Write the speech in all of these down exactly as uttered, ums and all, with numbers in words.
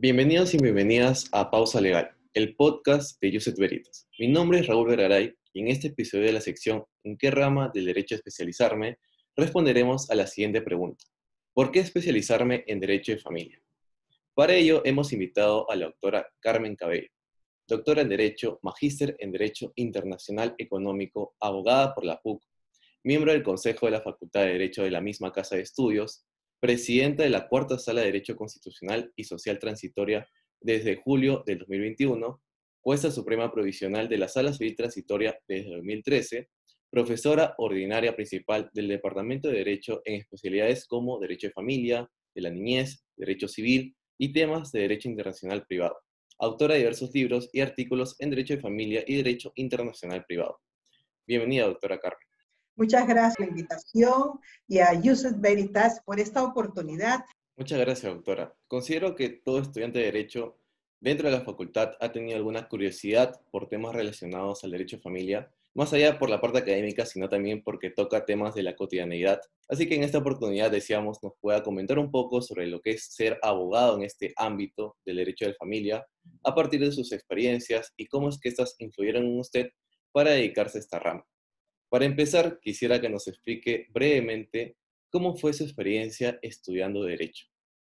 Bienvenidos y bienvenidas a Pausa Legal, el podcast de Ius et Veritas. Mi nombre es Raúl Vergaray y en este episodio de la sección ¿En qué rama del derecho especializarme?, responderemos a la siguiente pregunta. ¿Por qué especializarme en Derecho de Familia? Para ello hemos invitado a la doctora Carmen Cabello, doctora en Derecho, magíster en Derecho Internacional Económico, abogada por la P U C, miembro del Consejo de la Facultad de Derecho de la misma Casa de Estudios, presidenta de la Cuarta Sala de Derecho Constitucional y Social Transitoria desde julio del dos mil veintiuno, jueza suprema provisional de la Sala Civil Transitoria desde dos mil trece, profesora ordinaria principal del Departamento de Derecho en especialidades como Derecho de Familia, de la Niñez, Derecho Civil y temas de Derecho Internacional Privado, autora de diversos libros y artículos en Derecho de Familia y Derecho Internacional Privado. Bienvenida, doctora Carmen. Muchas gracias por la invitación y a Ius et Veritas por esta oportunidad. Muchas gracias, doctora. Considero que todo estudiante de Derecho dentro de la facultad ha tenido alguna curiosidad por temas relacionados al derecho de familia, más allá por la parte académica, sino también porque toca temas de la cotidianeidad. Así que en esta oportunidad deseamos nos pueda comentar un poco sobre lo que es ser abogado en este ámbito del derecho de familia, a partir de sus experiencias y cómo es que estas influyeron en usted para dedicarse a esta rama. Para empezar, quisiera que nos explique brevemente cómo fue su experiencia estudiando Derecho.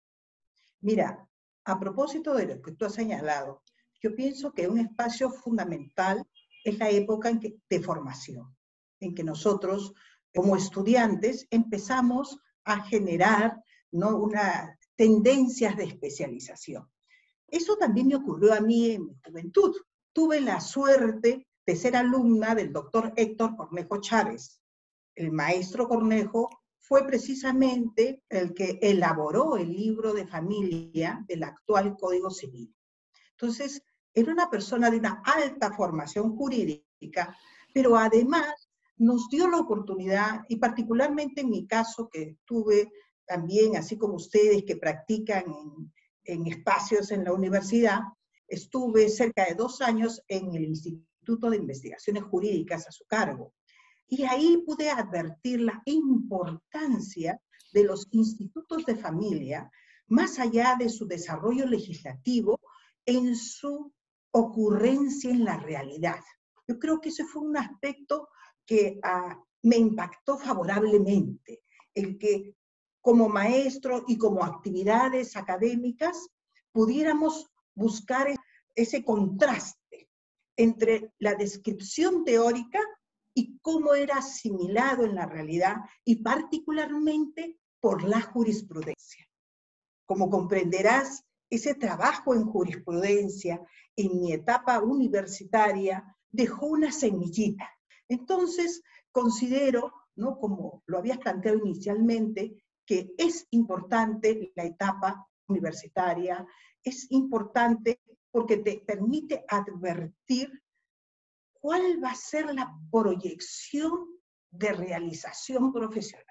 Mira, a propósito de lo que tú has señalado, yo pienso que un espacio fundamental es la época en que, de formación, en que nosotros, como estudiantes, empezamos a generar, ¿no?, una, tendencias de especialización. Eso también me ocurrió a mí en mi juventud. Tuve la suerte de ser alumna del doctor Héctor Cornejo Chávez. El maestro Cornejo fue precisamente el que elaboró el libro de familia del actual Código Civil. Entonces, era una persona de una alta formación jurídica, pero además nos dio la oportunidad, y particularmente en mi caso, que tuve también, así como ustedes que practican en, en espacios en la universidad, estuve cerca de dos años en el Instituto de Investigaciones Jurídicas a su cargo. Y ahí pude advertir la importancia de los institutos de familia, más allá de su desarrollo legislativo, en su ocurrencia en la realidad. Yo creo que ese fue un aspecto que uh, me impactó favorablemente, el que como maestro y como actividades académicas pudiéramos buscar ese contraste entre la descripción teórica y cómo era asimilado en la realidad, y particularmente por la jurisprudencia. Como comprenderás, ese trabajo en jurisprudencia en mi etapa universitaria dejó una semillita. Entonces, considero, ¿no?, como lo habías planteado inicialmente, que es importante la etapa universitaria, es importante porque te permite advertir cuál va a ser la proyección de realización profesional.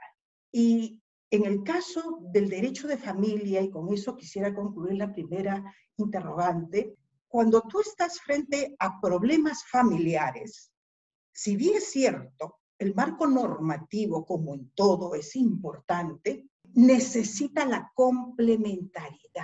Y en el caso del derecho de familia, y con eso quisiera concluir la primera interrogante, cuando tú estás frente a problemas familiares, si bien es cierto, el marco normativo, como en todo, es importante, necesita la complementariedad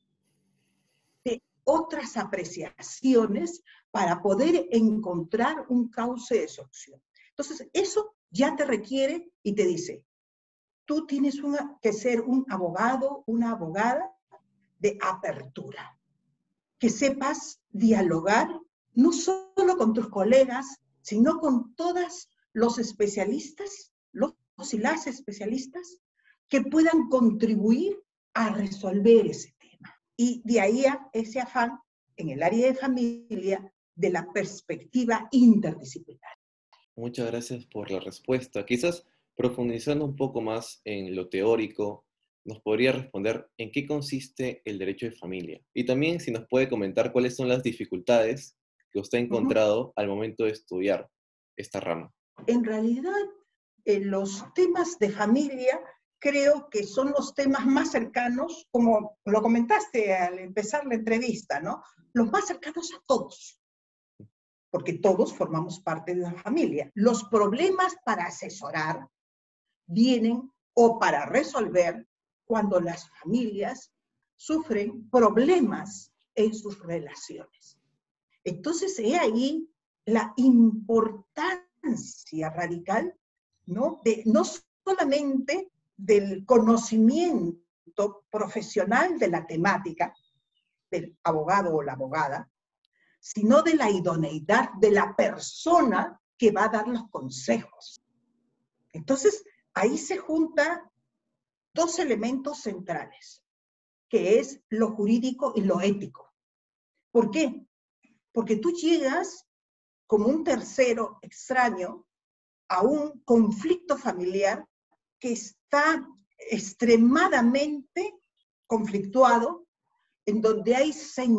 de otras apreciaciones para poder encontrar un cauce de solución. Entonces, eso ya te requiere y te dice, tú tienes una, que ser un abogado, una abogada de apertura, que sepas dialogar no solo con tus colegas, sino con todos los especialistas, los y las especialistas, que puedan contribuir a resolver ese tema. Y de ahí a ese afán en el área de familia de la perspectiva interdisciplinaria. Muchas gracias por la respuesta. Quizás profundizando un poco más en lo teórico, nos podría responder en qué consiste el derecho de familia. Y también si nos puede comentar cuáles son las dificultades que usted ha encontrado uh-huh. al momento de estudiar esta rama. En realidad, eh, los temas de familia creo que son los temas más cercanos, como lo comentaste al empezar la entrevista, ¿no? Los más cercanos a todos, porque todos formamos parte de una familia. Los problemas para asesorar vienen o para resolver cuando las familias sufren problemas en sus relaciones. Entonces, he ahí la importancia radical, ¿no? De, no solamente del conocimiento profesional de la temática del abogado o la abogada, sino de la idoneidad de la persona que va a dar los consejos. Entonces, ahí se juntan dos elementos centrales, que es lo jurídico y lo ético. ¿Por qué? Porque tú llegas como un tercero extraño a un conflicto familiar que está extremadamente conflictuado, en donde hay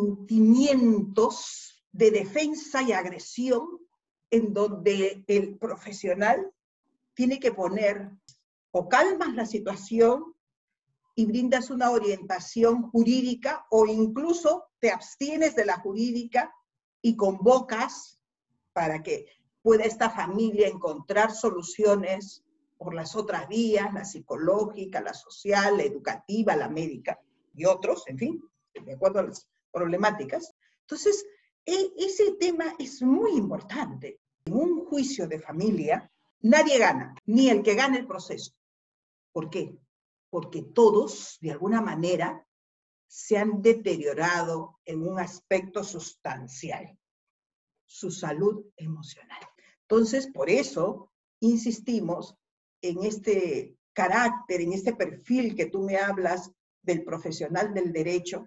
sentimientos de defensa y agresión, en donde el profesional tiene que poner o calmas la situación y brindas una orientación jurídica, o incluso te abstienes de la jurídica y convocas para que pueda esta familia encontrar soluciones por las otras vías, la psicológica, la social, la educativa, la médica y otros, en fin, de acuerdo a las problemáticas. Entonces, e ese tema es muy importante. En un juicio de familia, nadie gana, ni el que gane el proceso. ¿Por qué? Porque todos, de alguna manera, se han deteriorado en un aspecto sustancial, su salud emocional. Entonces, por eso insistimos en este carácter, en este perfil que tú me hablas del profesional del derecho.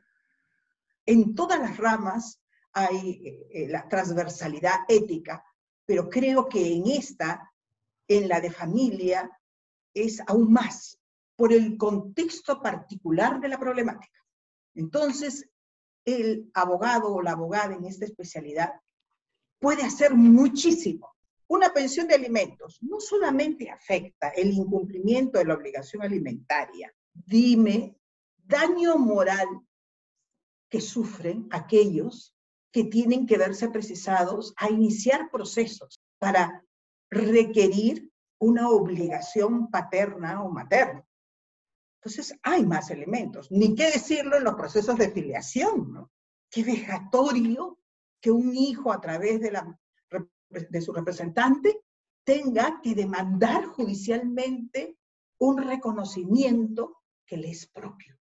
En todas las ramas hay eh, la transversalidad ética, pero creo que en esta, en la de familia, es aún más, por el contexto particular de la problemática. Entonces, el abogado o la abogada en esta especialidad puede hacer muchísimo. Una pensión de alimentos no solamente afecta el incumplimiento de la obligación alimentaria, dime, daño moral que sufren aquellos que tienen que verse precisados a iniciar procesos para requerir una obligación paterna o materna. Entonces, hay más elementos. Ni qué decirlo en los procesos de filiación, ¿no? Qué vejatorio que un hijo, a través de, la, de su representante, tenga que demandar judicialmente un reconocimiento que le es propio,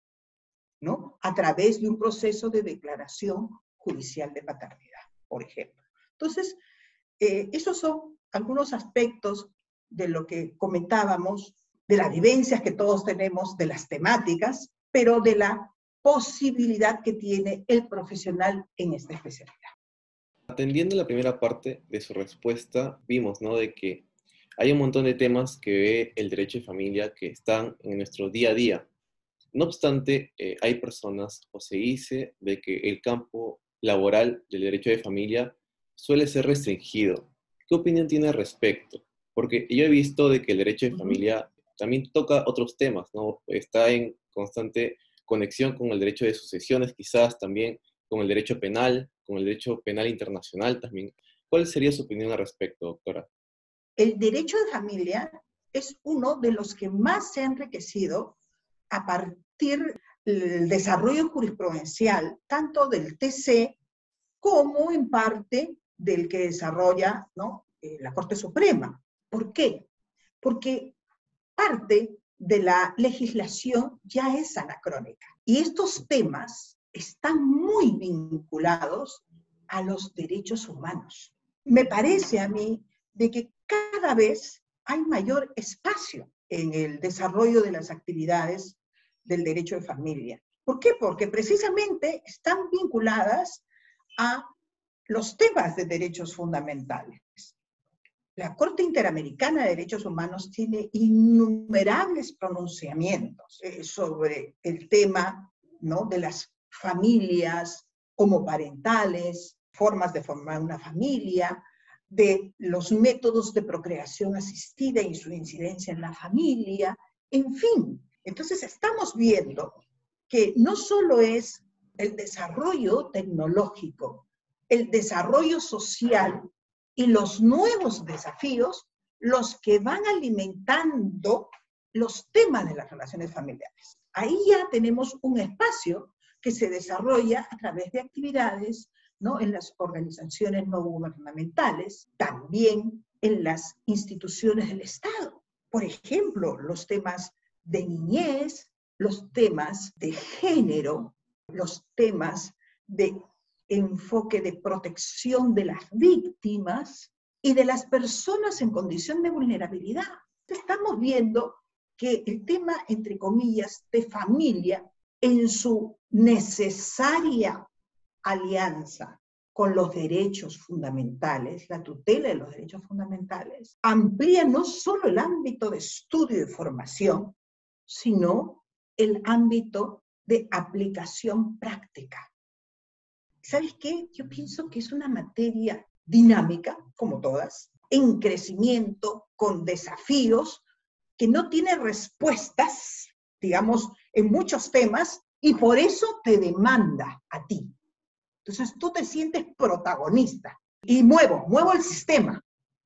¿no? A través de un proceso de declaración judicial de paternidad, por ejemplo. Entonces, eh, esos son algunos aspectos de lo que comentábamos, de las vivencias que todos tenemos, de las temáticas, pero de la posibilidad que tiene el profesional en esta especialidad. Atendiendo la primera parte de su respuesta, vimos, ¿no?, de que hay un montón de temas que ve el derecho de familia que están en nuestro día a día. No obstante, eh, hay personas, o se dice, de que el campo laboral del derecho de familia suele ser restringido. ¿Qué opinión tiene al respecto? Porque yo he visto de que el derecho de familia también toca otros temas, ¿no? Está en constante conexión con el derecho de sucesiones, quizás también con el derecho penal, con el derecho penal internacional también. ¿Cuál sería su opinión al respecto, doctora? El derecho de familia es uno de los que más se ha enriquecido a partir del desarrollo jurisprudencial, tanto del T C como en parte del que desarrolla, ¿no?, eh, la Corte Suprema. ¿Por qué? Porque parte de la legislación ya es anacrónica. Y estos temas están muy vinculados a los derechos humanos. Me parece a mí de que cada vez hay mayor espacio en el desarrollo de las actividades del derecho de familia. ¿Por qué? Porque precisamente están vinculadas a los temas de derechos fundamentales. La Corte Interamericana de Derechos Humanos tiene innumerables pronunciamientos eh, sobre el tema, ¿no?, de las familias homoparentales, formas de formar una familia, de los métodos de procreación asistida y su incidencia en la familia, en fin. Entonces estamos viendo que no solo es el desarrollo tecnológico, el desarrollo social y los nuevos desafíos los que van alimentando los temas de las relaciones familiares. Ahí ya tenemos un espacio que se desarrolla a través de actividades, ¿no?, en las organizaciones no gubernamentales, también en las instituciones del Estado. Por ejemplo, los temas de niñez, los temas de género, los temas de enfoque de protección de las víctimas y de las personas en condición de vulnerabilidad. Estamos viendo que el tema, entre comillas, de familia, en su necesaria alianza con los derechos fundamentales, la tutela de los derechos fundamentales, amplía no solo el ámbito de estudio y formación, sino el ámbito de aplicación práctica. ¿Sabes qué? Yo pienso que es una materia dinámica, como todas, en crecimiento, con desafíos, que no tiene respuestas, digamos, en muchos temas, y por eso te demanda a ti. Entonces tú te sientes protagonista, y muevo, muevo el sistema.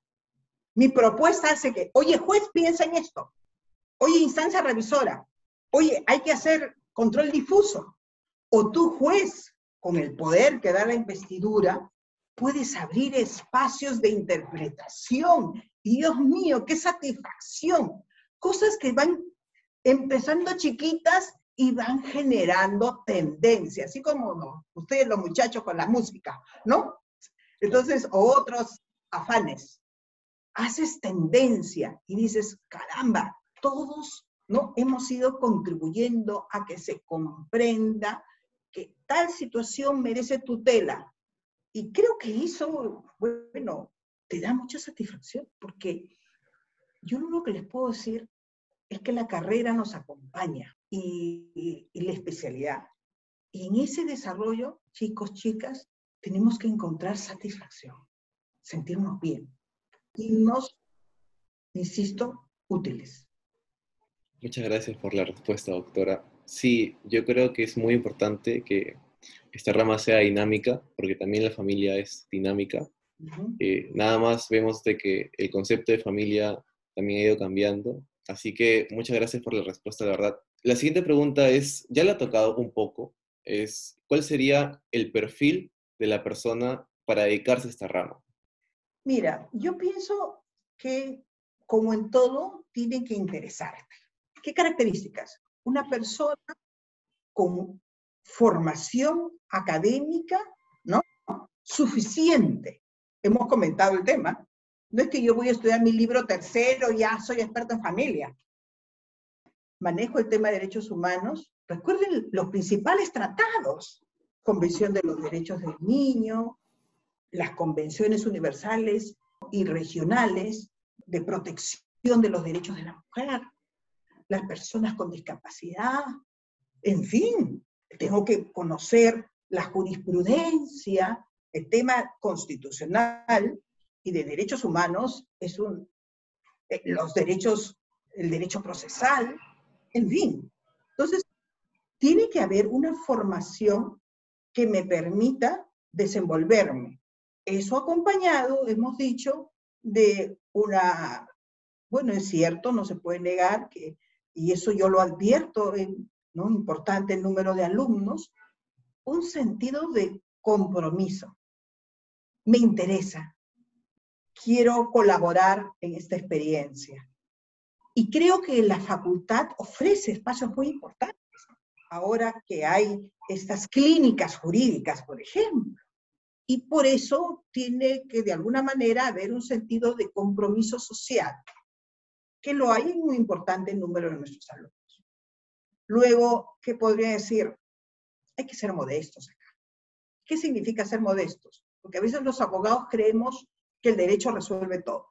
Mi propuesta hace que, oye, juez, piensa en esto. Oye, instancia revisora. Oye, hay que hacer control difuso. O tú, juez, con el poder que da la investidura, puedes abrir espacios de interpretación. Y Dios mío, qué satisfacción. Cosas que van empezando chiquitas y van generando tendencia, así como ¿no? ustedes los muchachos con la música, ¿no? Entonces, o otros afanes. Haces tendencia y dices, caramba, todos ¿no? hemos ido contribuyendo a que se comprenda que tal situación merece tutela. Y creo que eso, bueno, te da mucha satisfacción, porque yo lo único que les puedo decir es que la carrera nos acompaña y, y, y la especialidad. Y en ese desarrollo, chicos, chicas, tenemos que encontrar satisfacción, sentirnos bien, y nos, insisto, útiles. Muchas gracias por la respuesta, doctora. Sí, yo creo que es muy importante que esta rama sea dinámica, porque también la familia es dinámica. Uh-huh. Eh, nada más vemos de que el concepto de familia también ha ido cambiando. Así que muchas gracias por la respuesta, la verdad. La siguiente pregunta es, ya la ha tocado un poco, es ¿cuál sería el perfil de la persona para dedicarse a esta rama? Mira, yo pienso que, como en todo, tiene que interesarte. ¿Qué características? Una persona con formación académica, ¿no?, suficiente. Hemos comentado el tema. No es que yo voy a estudiar mi libro tercero, ya soy experto en familia. Manejo el tema de derechos humanos. Recuerden los principales tratados. Convención de los Derechos del Niño, las convenciones universales y regionales de protección de los derechos de la mujer, las personas con discapacidad, en fin, tengo que conocer la jurisprudencia, el tema constitucional y de derechos humanos, es un, eh, los derechos, el derecho procesal, en fin. Entonces, tiene que haber una formación que me permita desenvolverme. Eso acompañado, hemos dicho, de una, bueno, es cierto, no se puede negar que, y eso yo lo advierto, en, ¿no?, importante el número de alumnos, un sentido de compromiso. Me interesa, quiero colaborar en esta experiencia. Y creo que la facultad ofrece espacios muy importantes. Ahora que hay estas clínicas jurídicas, por ejemplo. Y por eso tiene que de alguna manera haber un sentido de compromiso social, que lo hay en un importante número de nuestros alumnos. Luego, ¿qué podría decir? Hay que ser modestos acá. ¿Qué significa ser modestos? Porque a veces los abogados creemos que el derecho resuelve todo.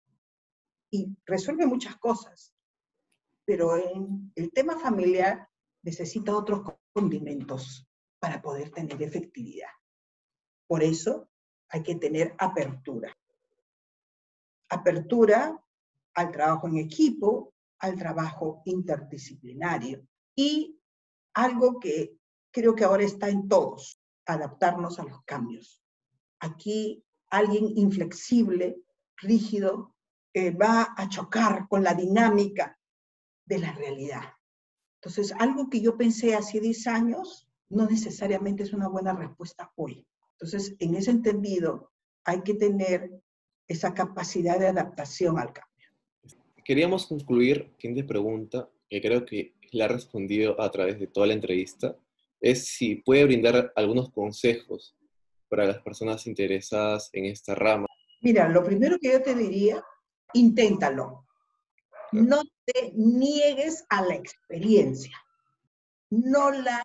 Y resuelve muchas cosas. Pero en el tema familiar necesita otros condimentos para poder tener efectividad. Por eso hay que tener apertura. Apertura al trabajo en equipo, al trabajo interdisciplinario. Y algo que creo que ahora está en todos, adaptarnos a los cambios. Aquí alguien inflexible, rígido, eh, va a chocar con la dinámica de la realidad. Entonces, algo que yo pensé hace diez años, no necesariamente es una buena respuesta hoy. Entonces, en ese entendido, hay que tener esa capacidad de adaptación al cambio. Queríamos concluir, siguiente pregunta, que creo que la ha respondido a través de toda la entrevista, es si puede brindar algunos consejos para las personas interesadas en esta rama. Mira, lo primero que yo te diría, inténtalo. Claro. No te niegues a la experiencia. No la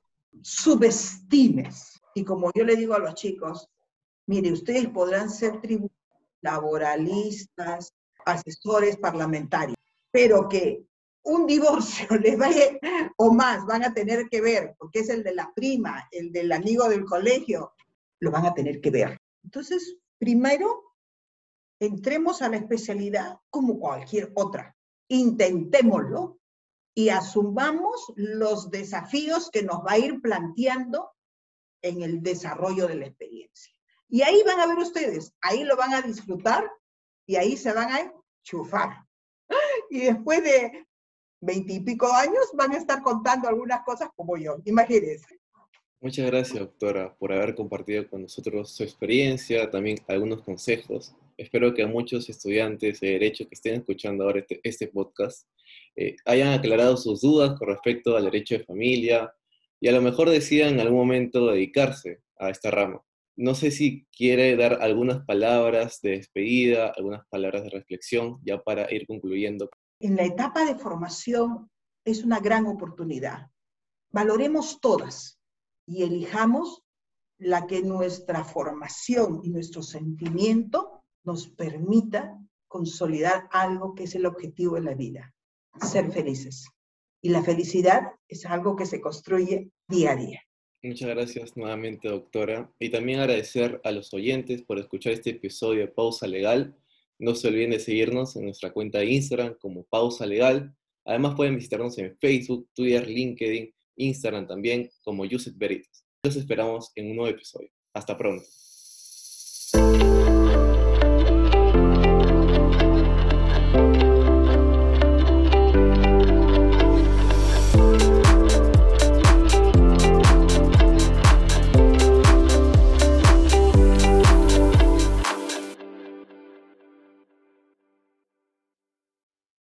subestimes. Y como yo le digo a los chicos, mire, ustedes podrán ser tribunales, laboralistas, asesores parlamentarios, pero que un divorcio les vaya, o más, van a tener que ver, porque es el de la prima, el del amigo del colegio, lo van a tener que ver. Entonces, primero, entremos a la especialidad como cualquier otra. Intentémoslo y asumamos los desafíos que nos va a ir planteando en el desarrollo de la experiencia. Y ahí van a ver ustedes, ahí lo van a disfrutar y ahí se van a enchufar. Y después de veintipico años van a estar contando algunas cosas como yo, imagínense. Muchas gracias, doctora, por haber compartido con nosotros su experiencia, también algunos consejos. Espero que a muchos estudiantes de Derecho que estén escuchando ahora este, este podcast eh, hayan aclarado sus dudas con respecto al derecho de familia y a lo mejor decidan en algún momento dedicarse a esta rama. No sé si quiere dar algunas palabras de despedida, algunas palabras de reflexión, ya para ir concluyendo. En la etapa de formación es una gran oportunidad. Valoremos todas y elijamos la que nuestra formación y nuestro sentimiento nos permita consolidar algo que es el objetivo de la vida, ser felices. Y la felicidad es algo que se construye día a día. Muchas gracias nuevamente, doctora. Y también agradecer a los oyentes por escuchar este episodio de Pausa Legal. No se olviden de seguirnos en nuestra cuenta de Instagram como Pausa Legal. Además pueden visitarnos en Facebook, Twitter, LinkedIn, Instagram también como Yusef Veritas. Los esperamos en un nuevo episodio. Hasta pronto.